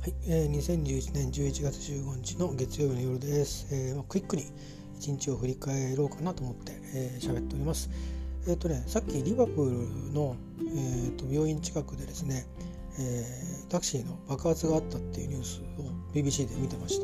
はい、2011年11月15日の月曜日の夜です。クイックに一日を振り返ろうかなと思って喋っております。さっきリバプールの、病院近くでですね、タクシーの爆発があったっていうニュースを BBC で見てました。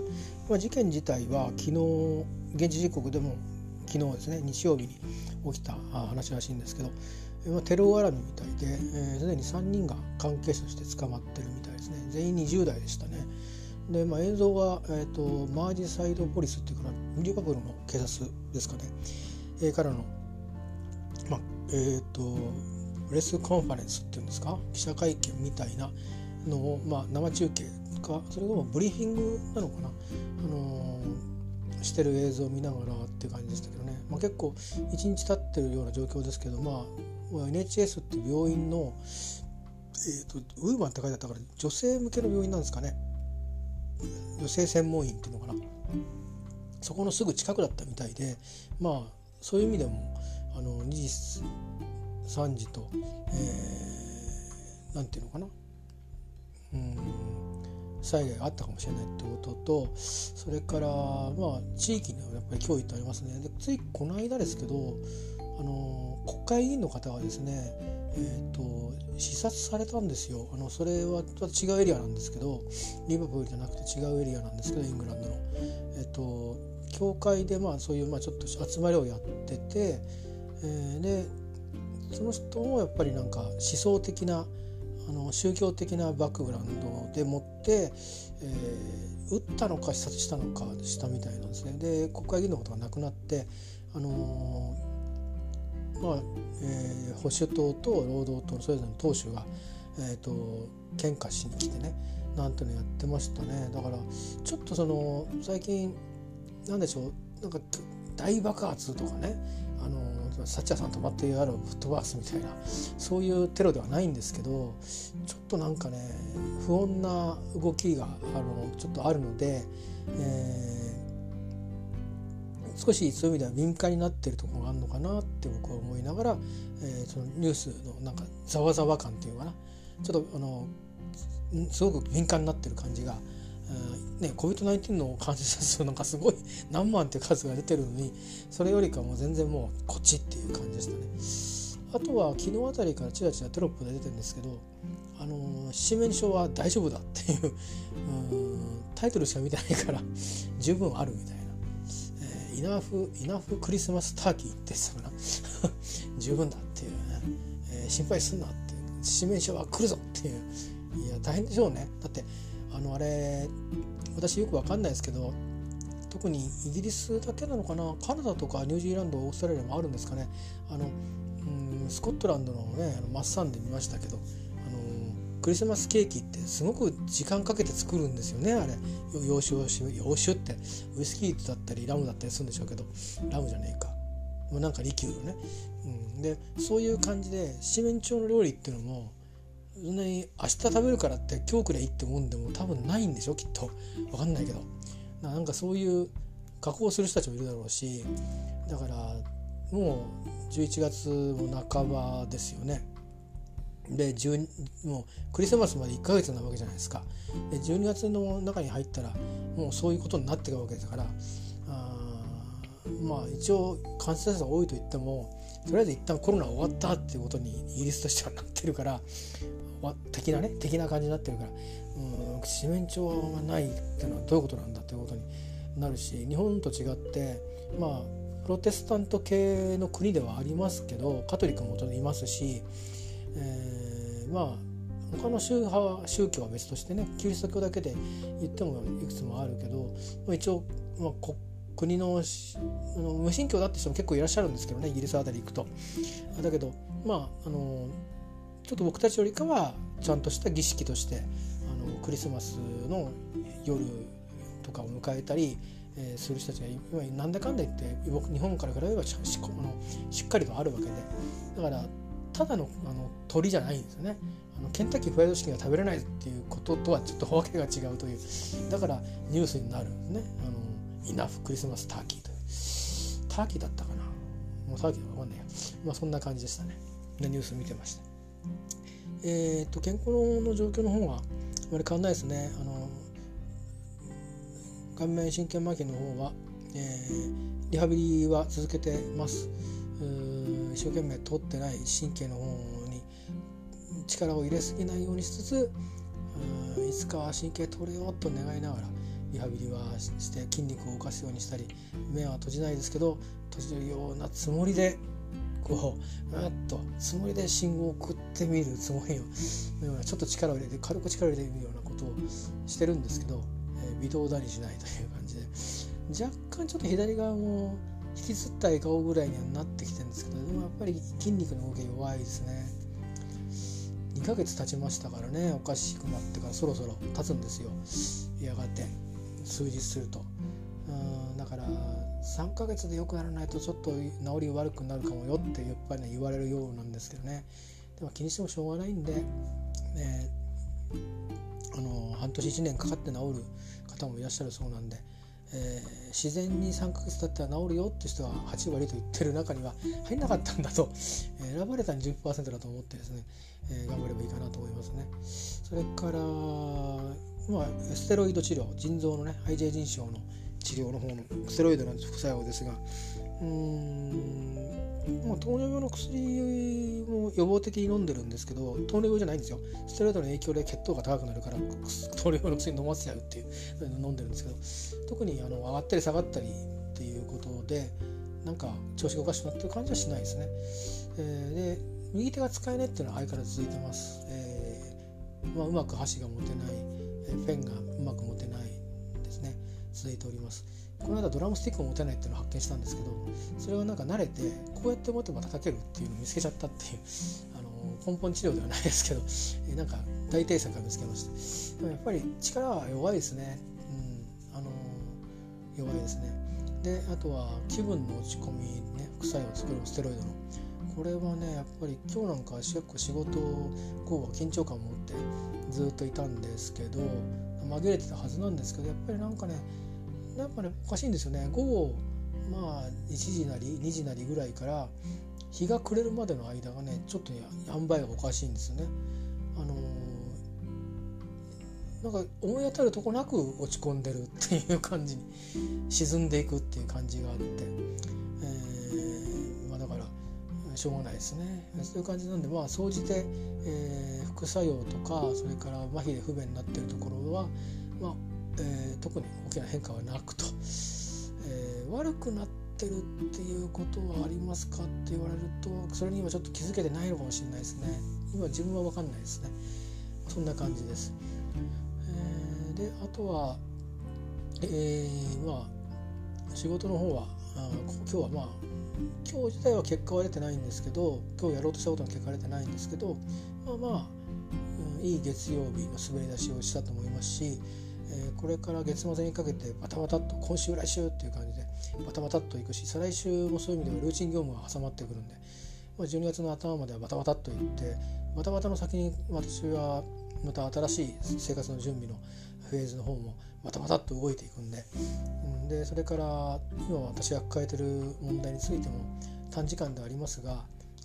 事件自体は昨日現地時刻でも昨日ですね、日曜日に起きた話らしいんですけど、テロ絡みみたいで、すでに3人が関係者として捕まってるみたいですね。全員20代でしたね。で、映像は、マージサイドポリスっていうかな、リバプールの警察ですかね、からの、プレスコンファレンスっていうんですか、記者会見みたいなのを、生中継かそれともブリーフィングなのかな、してる映像を見ながらっていう感じでしたけどね、結構1日経ってるような状況ですけど、NHS っていう病院の、ウーマンって書いてあったから女性向けの病院なんですかね、女性専門院っていうのかな、そこのすぐ近くだったみたいで、そういう意味でも2時3時と、なんていうのかな、災害があったかもしれないってことと、それから地域にはやっぱり脅威ってありますね。で、ついこの間ですけど、国会議員の方がですね、視察されたんですよ。それは違うエリアなんですけど、リバプールじゃなくて違うエリアなんですけど、イングランドの、教会でそういうちょっと集まりをやってて、でその人もやっぱりなんか思想的な宗教的なバックグラウンドでもって、撃ったのか視察したのかしたみたいなんですね。で、国会議員の方が亡くなって、保守党と労働党のそれぞれの党首が、喧嘩しに来てね、なんていうのやってましたね。だからちょっと最近なんでしょう、なんか大爆発とかね、サッチャーさん止まってやるぶっ飛ばすみたいな、そういうテロではないんですけど、ちょっとなんかね、不穏な動きがちょっとあるので、少しそういう意味では敏感になっているところがあるのかなって僕は思いながら、そのニュースのなんかざわざわ感っていうかな、ちょっとすごく敏感になってる感じが、COVID-19 の感染者数なんかすごい何万っていう数が出てるのに、それよりかも全然もうこっちっていう感じでしたね。あとは昨日あたりからちらちらテロップで出てるんですけど、七面鳥は大丈夫だっていうタイトルしか見てないから十分あるみたいな、イナフクリスマスターキーってさな十分だっていうね、心配すんなって、七面鳥は来るぞっていう、いや大変でしょうね。だってあれ私よく分かんないですけど、特にイギリスだけなのかな、カナダとかニュージーランド、オーストラリアもあるんですかね。スコットランドのね、マッサンで見ましたけど、クリスマスケーキってすごく時間かけて作るんですよね。あれ洋酒ってウイスキーだったりラムだったりするんでしょうけど、ラムじゃねえか、なんかリキュールね、でそういう感じで七面鳥の料理っていうのも、そんなに明日食べるからって今日くらいってもんでも多分ないんでしょ、きっと。分かんないけど、なんかそういう加工する人たちもいるだろうし、だからもう11月も半ばですよね。でもうクリスマスまで1ヶ月なわけじゃないですか。で12月の中に入ったらもうそういうことになっていくわけですから、一応感染者数多いといっても、とりあえず一旦コロナ終わったっていうことにイギリスとしてはなってるから、的な感じになってるから、七面鳥がないっていうのはどういうことなんだっていうことになるし、日本と違ってプロテスタント系の国ではありますけど、カトリックももちろんいますし、他の宗教は別としてね、キリスト教だけで言ってもいくつもあるけど、一応、国の無神教だって人も結構いらっしゃるんですけどね、イギリスあたり行くと。だけどちょっと僕たちよりかはちゃんとした儀式としてクリスマスの夜とかを迎えたり、する人たちが今なんだかんだ言って日本から比べればしっかりとあるわけで、だからただの鳥じゃないんですよね。ケンタッキーフライドチキンが食べれないっていうこととはちょっとわけが違うという、だからニュースになるんですね。イナフクリスマスターキーという、ターキーだったかな、もうターキーは分かんないや、そんな感じでしたね。でニュース見てました。健康の状況の方はあまり変わんないですね。 顔面神経麻痺の方は、リハビリは続けてます。一生懸命通ってない神経の方に力を入れすぎないようにしつつ、いつかは神経取れようと願いながらリハビリはして筋肉を動かすようにしたり、目は閉じないですけど閉じるようなつもりでつもりで信号を送ってみるつもりのような、ちょっと力を入れて軽く力を入れてみるようなことをしてるんですけど、微動だにしないという感じで、若干ちょっと左側も引きずった顔ぐらいにはなってきてるんですけど、でもやっぱり筋肉の動きが弱いですね。2ヶ月経ちましたからね。おかしくなってからそろそろ経つんですよ、やがて数日すると。だから3ヶ月で良くならないとちょっと治り悪くなるかもよってやっぱり、ね、言われるようなんですけどね。でも気にしてもしょうがないんで、半年1年かかって治る方もいらっしゃるそうなんで、自然に3ヶ月経ったら治るよって人が8割と言ってる中には入んなかったんだと、選ばれた 10% だと思ってですね、頑張ればいいかなと思いますね。それから、ステロイド治療、腎臓のね IJ 腎症の治療の方のステロイドの副作用ですが、糖尿病の薬も予防的に飲んでるんですけど、糖尿病じゃないんですよ。ステロイドの影響で血糖が高くなるから糖尿病の薬飲ませちゃうっていう飲んでるんですけど、特に上がったり下がったりっていうことでなんか調子がおかしくなってる感じはしないですね。で右手が使えないっていうのは相変わらず続いてます。うまく箸が持てない、ペンがうまく持てないですね、続いております。この間ドラムスティックを持てないっていうのを発見したんですけど、それはなんか慣れてこうやって持てば叩けるっていうのを見つけちゃったっていう、根本治療ではないですけど、なんか大抵策を見つけました。でもやっぱり力は弱いですね。弱いですね。であとは気分の落ち込みね、副作用を作るステロイドの、これはねやっぱり今日なんか結構仕事後は緊張感を持ってずっといたんですけど、紛れてたはずなんですけど、やっぱりなんかねおかしいんですよね。午後1時なり2時なりぐらいから日が暮れるまでの間がね、ちょっとね塩梅がおかしいんですよね。なんか思い当たるとこなく落ち込んでるっていう感じに沈んでいくっていう感じがあって、だからしょうがないですね。そういう感じなんで、総じて、副作用とかそれから麻痺で不便になっているところは、特に大きな変化はなくと、悪くなってるっていうことはありますかって言われると、それにはちょっと気づけてないのかもしれないですね。今自分は分かんないですね。そんな感じです。であとは、仕事の方は今日自体は結果は出てないんですけど、今日やろうとしたことの結果は出てないんですけど、いい月曜日の滑り出しをしたと思いますし、これから月末にかけてバタバタっと今週来週っていう感じでバタバタっといくし、再来週もそういう意味ではルーチン業務が挟まってくるんで、12月の頭まではバタバタっといって、バタバタの先に私はまた新しい生活の準備のフェーズの方もバタバタっと動いていくんで、それから今私が抱えている問題についても短時間ではありますが、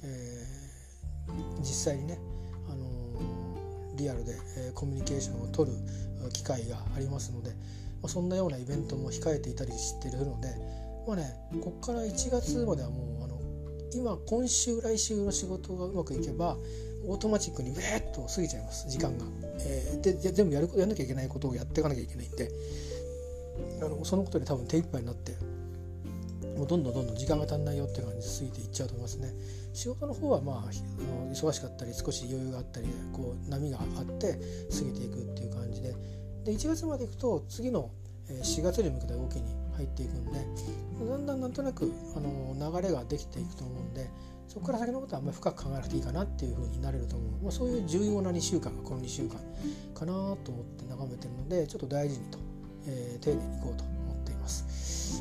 実際にね、リアルで、コミュニケーションを取る機会がありますので、そんなようなイベントも控えていたりしているので、ここから1月まではもう今週来週の仕事がうまくいけばオートマチックにウェーッと過ぎちゃいます、時間が。で全部やんなきゃいけないことをやっていかなきゃいけないんで、そのことで多分手一杯になってもうどんどん時間が足んないよって感じで過ぎていっちゃうと思いますね。仕事の方は忙しかったり少し余裕があったり波があって過ぎていくっていう感じで、1月までいくと次の4月に向けた動きに入っていくんで、だんだんなんとなく流れができていくと思うんで、そこから先のことはあんまり深く考えなくていいかなっていう風になれると思う。そういう重要な2週間がこの2週間かなと思って眺めてるので、ちょっと大事にと、丁寧にいこうと思っています。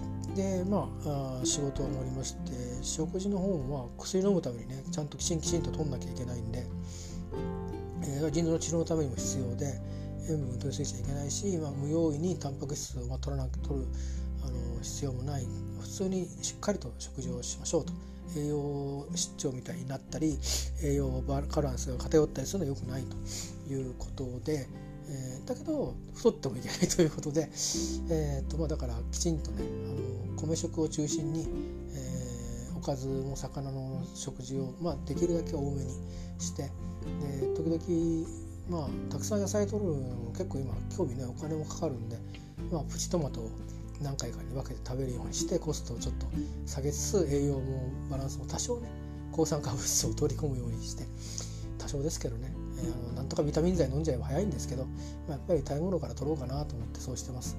で仕事は終わりまして、食事の方は薬飲むためにねちゃんときちんと取んなきゃいけないんで、腎臓の治療のためにも必要で塩分を取りすぎちゃいけないし、無用意にタンパク質を取る必要もない、普通にしっかりと食事をしましょうと。栄養失調みたいになったり栄養バランスが偏ったりするのは良くないということで、 だけど太ってもいけないということで、だからきちんとね米食を中心に、おかずも魚の食事を、できるだけ多めにして、で時々、たくさん野菜取るのも結構今興味ねお金もかかるんで、プチトマトを何回かに分けて食べるようにしてコストをちょっと下げつつ栄養もバランスも多少ね抗酸化物質を取り込むようにして多少ですけどね、なんとかビタミン剤飲んじゃえば早いんですけど、やっぱり食べ物から取ろうかなと思ってそうしてます。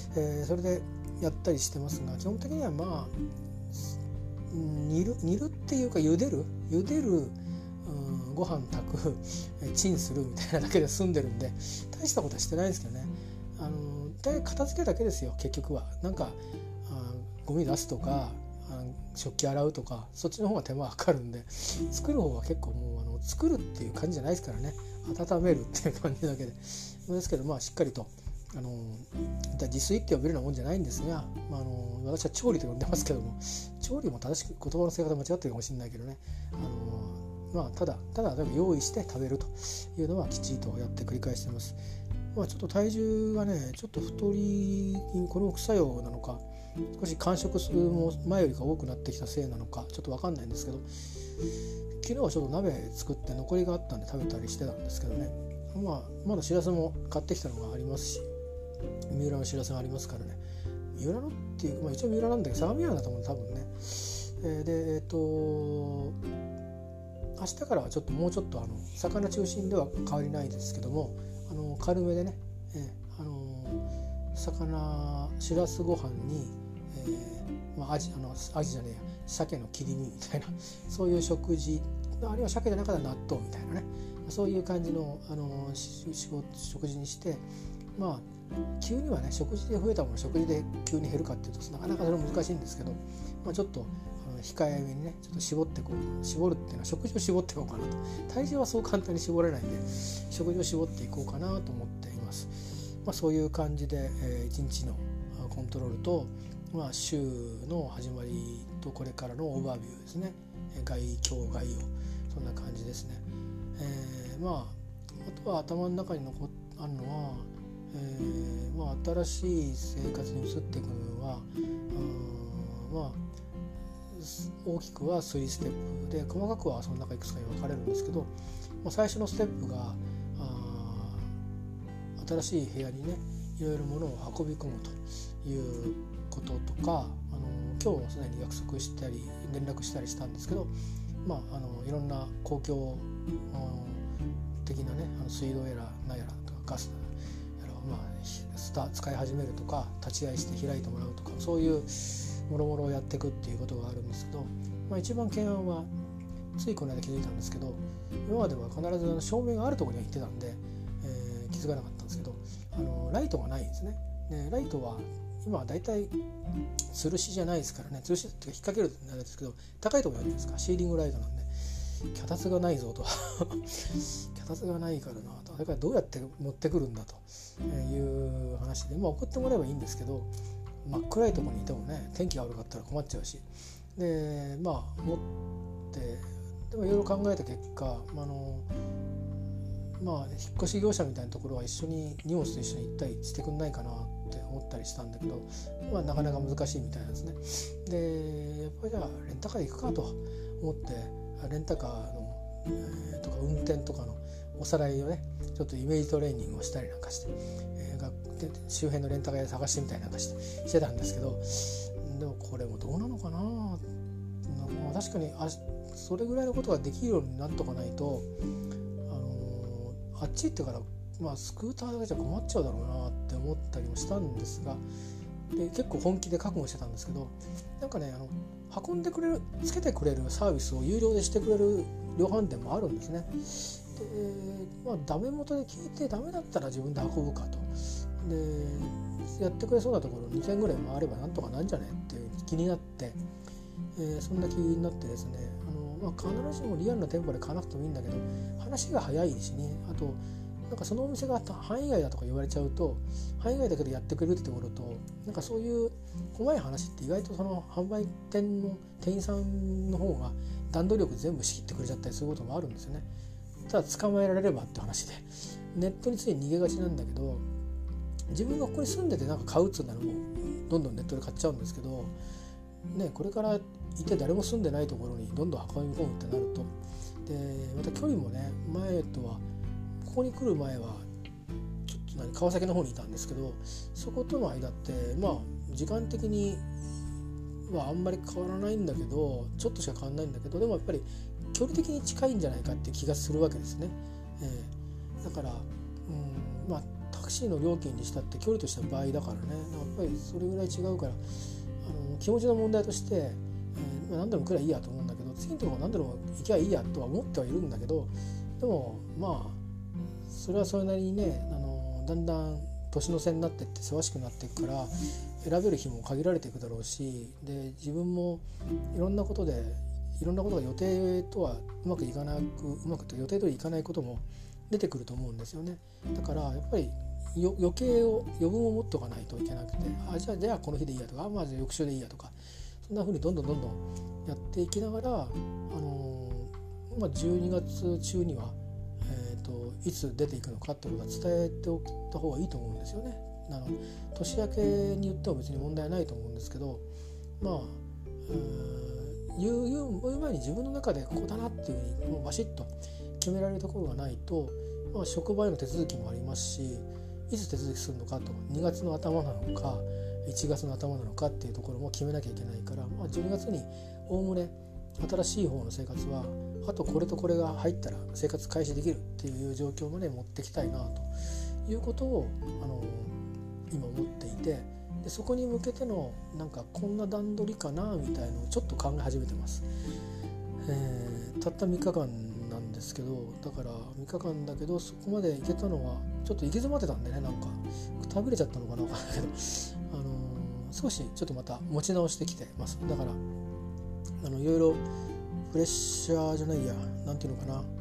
それでやったりしてますが基本的には煮るっていうか茹でる、ご飯炊くチンするみたいなだけで済んでるんで大したことはしてないですけどね。片付けだけですよ結局は。ゴミ出すとか食器洗うとかそっちの方が手間がかかるんで、作る方は結構もう作るっていう感じじゃないですからね。温めるっていう感じだけですけど、しっかりと自炊って呼べるようなもんじゃないんですが、私は調理と呼んでますけども、調理も正しく言葉の使い方間違ってるかもしれないけどね、ただ用意して食べるというのはきっちりとやって繰り返しています。ちょっと体重がねちょっと太りこれも副作用なのか少し間食数も前よりか多くなってきたせいなのかちょっと分かんないんですけど、昨日はちょっと鍋作って残りがあったんで食べたりしてたんですけどね、まだしらすも買ってきたのがありますし、三浦のしらすがありますからね。三浦のっていう、一応三浦なんだけど相模湾だと思う多分ね。で明日からはもうちょっと魚中心では変わりないですけども、軽めでね、魚しらすご飯に、アジじゃねえや鮭の切り身みたいなそういう食事、あるいは鮭じゃなかったら納豆みたいなね、そういう感じの、食事にして、急にはね食事で増えたもの食事で急に減るかっていうとなかなかそれは難しいんですけど、ちょっと控えめにねちょっと絞るっていうのは食事を絞っていこうかなと。体重はそう簡単に絞れないんで食事を絞っていこうかなと思っています。そういう感じで、1日のコントロールと、週の始まりとこれからのオーバービューですね、概要そんな感じですね。あとは頭の中にあるのは、新しい生活に移っていくのは大きくは3ステップで細かくはその中いくつかに分かれるんですけど、最初のステップが新しい部屋にねいろいろ物を運び込むということとか、今日もすでに約束したり連絡したりしたんですけど、いろんな公共的なね水道やら何やらとかガスやらを使い始めるとか立ち会いして開いてもらうとかそういうもろもろをやっていくっていうことがあるんですけど、一番懸案はついこの間気づいたんですけど、今までは必ず照明があるところには行ってたんで、気づかなかったんですけどライトがないんですね。でライトは今はだいたい吊るしじゃないですからね、吊るしって引っ掛けるってなんですけど高いところにあるじゃないですか、シーリングライトなんで脚立がないぞと脚立がないからなと、それからどうやって持ってくるんだという話で、送ってもらえばいいんですけど真っ暗いところにいてもね天気が悪かったら困っちゃうし、で持ってでもいろいろ考えた結果引っ越し業者みたいなところは一緒に荷物と一緒に行ったりしてくんないかなって思ったりしたんだけど、なかなか難しいみたいなんですね。でやっぱりじゃあレンタカーで行くかと思ってレンタカーの、とか運転とかのおさらいをねちょっとイメージトレーニングをしたりなんかして、周辺のレンタカー屋探してみたりなんかしてたんですけど、でもこれもどうなのかな、確かにそれぐらいのことができるようになっとかないとあっち行ってから、スクーターだけじゃ困っちゃうだろうなって思ったりもしたんですが、で結構本気で覚悟してたんですけど、なんかね運んでくれるつけてくれるサービスを有料でしてくれる量販店もあるんですね。でダメ元で聞いてダメだったら自分で運ぶかと、でやってくれそうなところ2000円ぐらい回ればなんとかなんじゃねっていう気になって、そんな気になってですね、必ずしもリアルな店舗で買わなくてもいいんだけど話が早いしね、あとなんかそのお店が範囲外だとか言われちゃうと範囲外だけどやってくれるってところと、なんかそういう細い話って意外とその販売店の店員さんの方が段取りよく全部仕切ってくれちゃったりすることもあるんですよね。ただ捕まえられればって話で、 ネットについ逃げがちなんだけど、自分がここに住んでてなんか買うっつうならもうどんどんネットで買っちゃうんですけど、ね、これからいて誰も住んでないところにどんどん運び込むってなると、でまた距離もね、前とはここに来る前はちょっと川崎の方にいたんですけど、そことの間って時間的にはあんまり変わらないんだけど、ちょっとしか変わらないんだけど、でもやっぱり距離的に近いんじゃないかっていう気がするわけですね。だから、タクシーの料金にしたって距離とした倍だからね、やっぱりそれぐらい違うから、気持ちの問題として、何度も来りゃいいやと思うんだけど、次のところ何度も行きゃいいやとは思ってはいるんだけど、でもそれはそれなりにね、だんだん年の瀬になってって忙しくなっていくから選べる日も限られていくだろうし、で自分もいろんなことが予定とはうまく予定通りいかないことも出てくると思うんですよね。だからやっぱり余分を持っておかないといけなくて、じゃあこの日でいいやとか、まず翌週でいいやとか、そんな風にどんどんやっていきながら、12月中には、いつ出ていくのかってことは伝えておいた方がいいと思うんですよね。年明けに言っても別に問題ないと思うんですけど、言う前に自分の中でここだなっていうふうにもうバシッと決められるところがないと、職場への手続きもありますし、いつ手続きするのかと、2月の頭なのか1月の頭なのかっていうところも決めなきゃいけないから、12月におおむね新しい方の生活はあとこれとこれが入ったら生活開始できるっていう状況まで持ってきたいなということを今思っていて、でそこに向けてのこんな段取りかなみたいのをちょっと考え始めてます。たった3日間なんですけど、だから3日間だけどそこまで行けたのはちょっと行き詰まってたんでね、くたびれちゃったのかな分かんないけど、少しちょっとまた持ち直してきてます。だからいろいろプレッシャーじゃないや、なんていうのかな、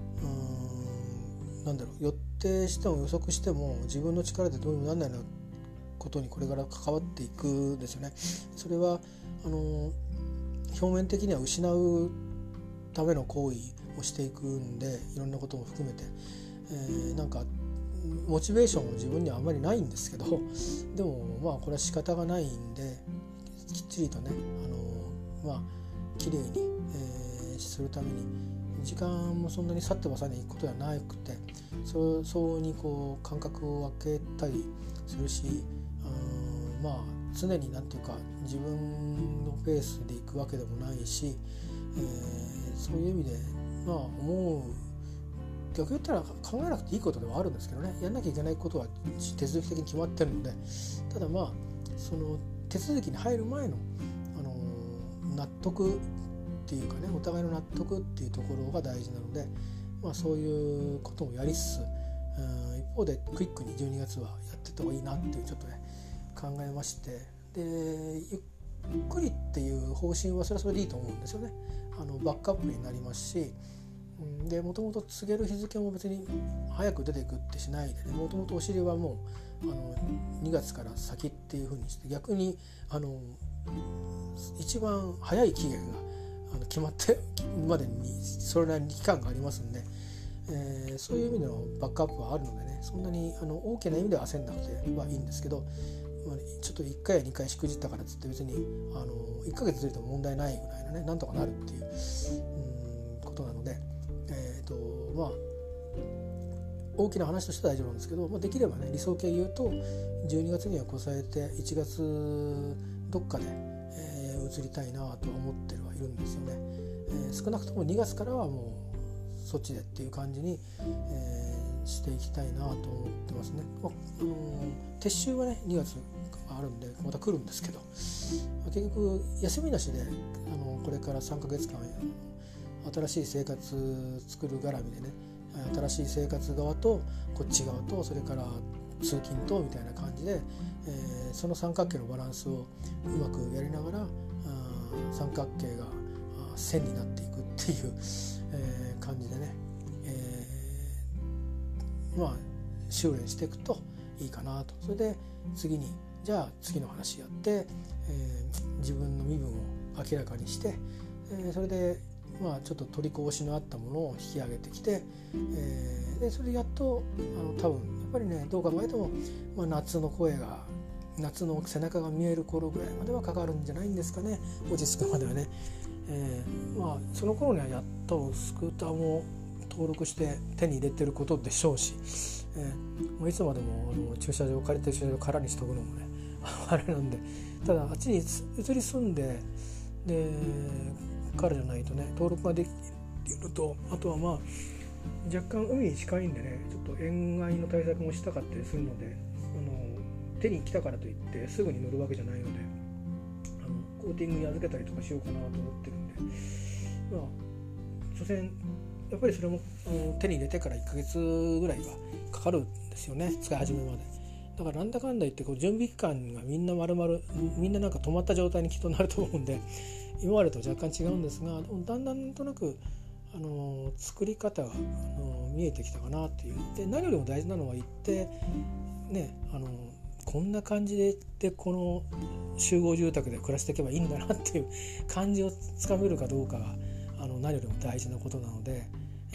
予定しても予測しても自分の力でどうにもならないようなことにこれから関わっていくんですよね。それは表面的には失うための行為をしていくんで、いろんなことも含めて、モチベーションも自分にはあまりないんですけど、でもこれは仕方がないんで、きっちりとね綺麗に、するために時間もそんなに去ってばさに行くことはなくて、そうに間隔を空けたりするし、常に自分のペースで行くわけでもないし、そういう意味で逆に言ったら考えなくていいことではあるんですけどね、やんなきゃいけないことは手続き的に決まってるので、ただその手続きに入る前の、納得っていうかね、お互いの納得っていうところが大事なので、そういうこともやりつつ、一方でクイックに12月はやっていった方がいいなっていうちょっとね考えまして、でゆっくりっていう方針はそれはそれでいいと思うんですよね。バックアップになりますし、でもともと告げる日付も別に早く出ていくってしないでね、もともとお尻はもう2月から先っていう風にして、逆に一番早い期限が決まってまでにそれなりに期間がありますんで、そういう意味でのバックアップはあるのでね、そんなに大きな意味では焦んなくてはいいんですけど、ちょっと1回や2回しくじったからっつって別に1ヶ月ずれても問題ないぐらいのね、なんとかなるっていう、ことなので、大きな話としては大丈夫なんですけど、できればね、理想形言うと12月にはこさえて1月どっかで、移りたいなとは思ってはいるんですよね。少なくとも2月からはもうそっちでっていう感じに、していきたいなと思ってますね。撤収はね2月あるんでまた来るんですけど、結局休みなしでこれから3ヶ月間新しい生活作る絡みでね、新しい生活側とこっち側とそれから通勤とみたいな感じで、その三角形のバランスをうまくやりながら三角形が線になっていくっていう、感じでね、修練していくといいかなと。それで次の話やって、自分の身分を明らかにして、それでちょっと取りこぼしのあったものを引き上げてきて、でそれでやっと多分やっぱりね、どう考えても、夏の背中が見える頃ぐらいまではかかるんじゃないんですかね、落ち着くまではね。その頃にはやっとスクーターも登録して手に入れてることでしょうし、いつまでも借りてる駐車場空にしとくのもねあれなんで、ただあっちに移り住んでからじゃないとね登録ができると、あとは若干海に近いんでね、ちょっと塩害の対策もしたかったりするので、手に来たからといってすぐに乗るわけじゃないので、コーティングに預けたりとかしようかなと思ってるんで、所詮やっぱりそれも手に入れてから1ヶ月ぐらいはかかるんですよね、使い始めまで。だからなんだかんだ言って準備期間がみんななんか止まった状態にきっとなると思うんで、今までと若干違うんですが、だんだんなんとなく作り方が見えてきたかなっていう。で何よりも大事なのは行ってね、こんな感じでこの集合住宅で暮らしていけばいいんだなっていう感じをつかめるかどうかが何よりも大事なことなので、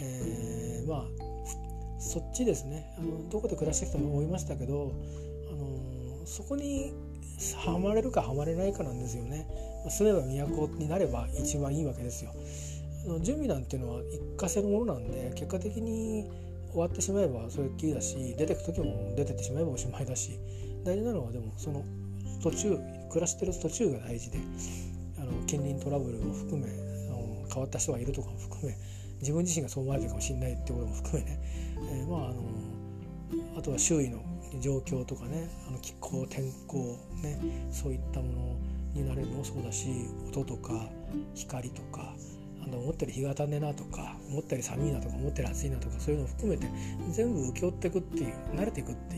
そっちですね。どこで暮らしてきたも思いましたけど、そこにはまれるかはまれないかなんですよね。住めば都になれば一番いいわけですよ。準備なんていうのは一過性のものなんで、結果的に終わってしまえばそれっきりだし、出てく時も出てってしまえばおしまいだし、大事なのはでもその途中、暮らしてる途中が大事で、近隣トラブルを含め、変わった人がいるとかも含め、自分自身がそう思われてるかもしれないってことも含めね、あとは周囲の状況とかね、気候天候ね、そういったものになれるのもそうだし、音とか光とか、思ったより日が当たんねえなとか、思ったより寒いなとか、思ったより暑いなとか、そういうのを含めて全部請け負っていくっていう、慣れていくっていう、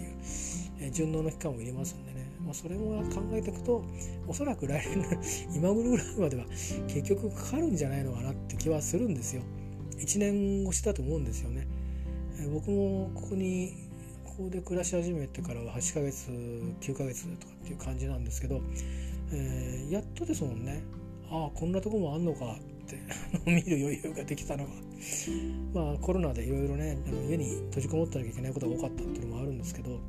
順応の期間も入れますんでね、それも考えていくと、おそらく来年の今頃ぐらいまでは結局かかるんじゃないのかなって気はするんですよ。1年越しだと思うんですよね。僕もここで暮らし始めてからは8ヶ月9ヶ月とかっていう感じなんですけど、やっとですもんね。こんなとこもあんのかって見る余裕ができたのは、コロナでいろいろね、家に閉じこもってなきゃいけないことが多かったっていうのもあるんですけど、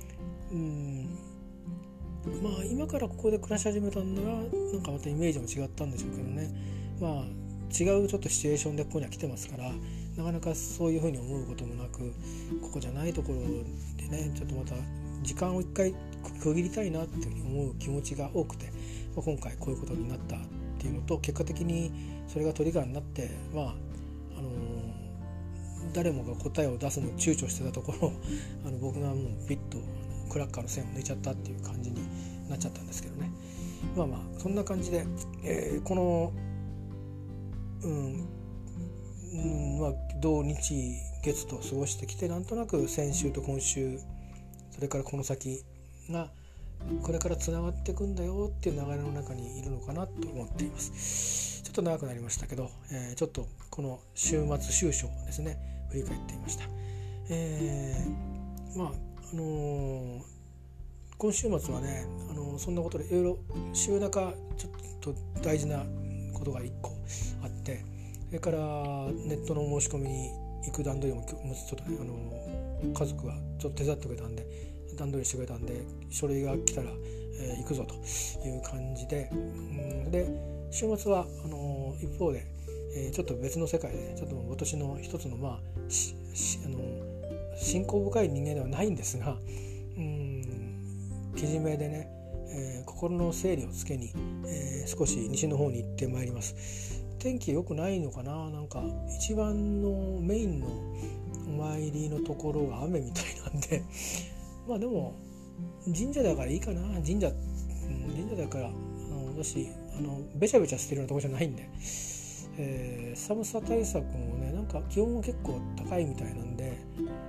今からここで暮らし始めたんならなんかまたイメージも違ったんでしょうけどね、違うちょっとシチュエーションでここには来てますから、なかなかそういうふうに思うこともなく、ここじゃないところでね、ちょっとまた時間を一回区切りたいなっていうふうに思う気持ちが多くて、今回こういうことになったっていうのと、結果的にそれがトリガーになって、誰もが答えを出すのを躊躇してたところ僕がもうピッとクラッカーの線を抜いちゃったっていう感じになっちゃったんですけどね。そんな感じで、この土日月と過ごしてきて、なんとなく先週と今週、それからこの先がこれからつながっていくんだよっていう流れの中にいるのかなと思っています。ちょっと長くなりましたけど、ちょっとこの週末週初ですね、振り返ってみました。今週末はね、そんなことでいろいろ週中ちょっと大事なことが1個あって、それからネットの申し込みに行く段取りもちょっとね、家族がちょっと手伝ってくれたんで、段取りしてくれたんで、書類が来たら、行くぞという感じで、で週末は一方で、ちょっと別の世界で、ちょっと私の一つの信仰深い人間ではないんですが、けじめでね、心の整理をつけに、少し西の方に行ってまいります。天気良くないのかな、なんか一番のメインのお参りのところが雨みたいなんででも神社だからいいかな。神社だから私べちゃべちゃしてるようなところじゃないんで、寒さ対策もね、なんか気温も結構高いみたいなんで、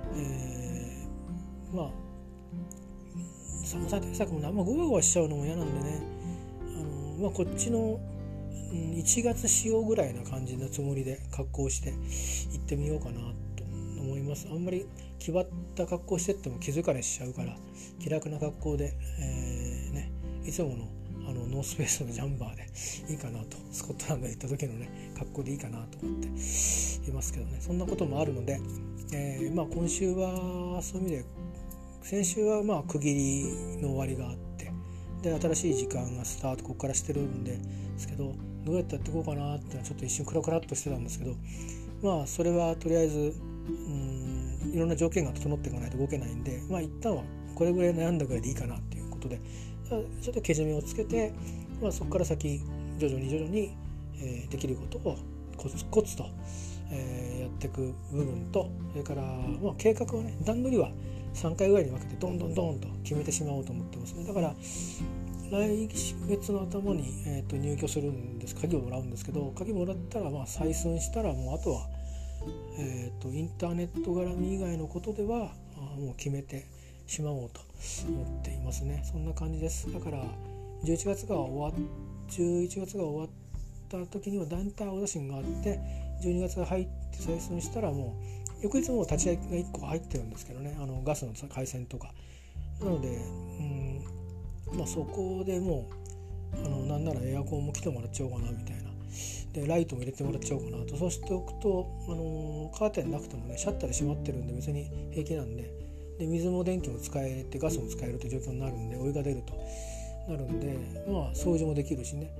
寒さ対策もゴワゴワしちゃうのも嫌なんでね、こっちの1月仕様ぐらいな感じのつもりで格好して行ってみようかなと思います。あんまり気張った格好してっても気疲れしちゃうから、気楽な格好で、いつものノースフェイスのジャンバーでいいかなと、スコットランドに行った時のね格好でいいかなと思っていますけどね。そんなこともあるので、今週はそういう意味で先週は区切りの終わりがあって、で新しい時間がスタートここからしてるんですけど、どうやってやっていこうかなってのはちょっと一瞬クラクラっとしてたんですけど、それはとりあえずいろんな条件が整っていかないと動けないんで、一旦はこれぐらい悩んだぐらいでいいかなっていうことで、ちょっとけじめをつけて、そこから先徐々に、できることをコツコツと、やっていく部分と、それから、計画をね、段取りは3回ぐらいに分けてどんどんと決めてしまおうと思ってますね。だから来月の頭に、入居するんです。鍵をもらうんですけど、鍵もらったら採寸したらもうあとは、インターネット絡み以外のことではもう決めてしまおうと思っていますね。そんな感じです。だから11月が終わった時にはだんだん青写真があって、12月が入って採寸したらもう翌日も立ち会いが1個入ってるんですけどね、ガスの回線とかなので、そこでもうなんならエアコンも来てもらっちゃおうかなみたいな、でライトも入れてもらっちゃおうかなと。そうしておくとカーテンなくてもね、シャッターで閉まってるんで別に平気なんで、水も電気も使えてガスも使えるという状況になるんで、お湯が出るとなるんで、掃除もできるしね、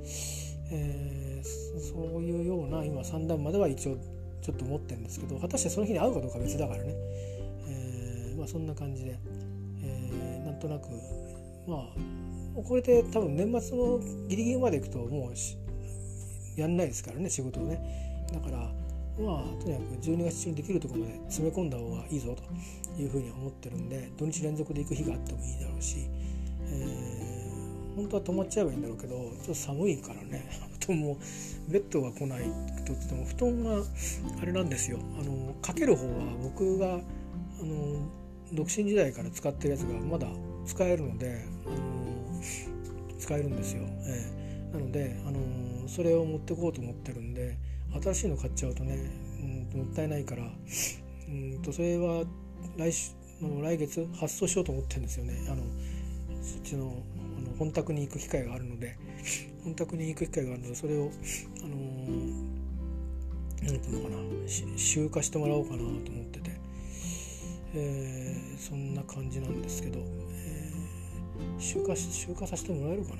そういうような今3段までは一応ちょっと思ってるんですけど、果たしてその日に会うかどうかは別だからね、そんな感じで、なんとなくこれで多分年末のギリギリまでいくともうやんないですからね、仕事をね。だからとにかく12月中にできるところまで詰め込んだ方がいいぞというふうには思ってるんで、土日連続で行く日があってもいいだろうし、本当は泊まっちゃえばいいんだろうけど、ちょっと寒いからね、布団もベッドが来ないと言っても布団があれなんですよ。かける方は僕が独身時代から使ってるやつがまだ使えるので、使えるんですよ。なのでそれを持ってこうと思ってるんで、新しいの買っちゃうとね、もったいないから、それは来月発送しようと思ってるんですよね。そっちの本宅に行く機会があるので、それをなんていうのかな、集荷してもらおうかなと思ってて、そんな感じなんですけど、集荷させてもらえるかな。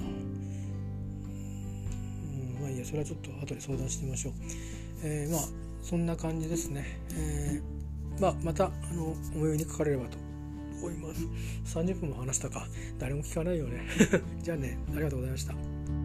いいや、それはちょっと後で相談してみましょう。そんな感じですね。またお目にかかれればと思います。30分も話したか。誰も聞かないよね。じゃあね、ありがとうございました。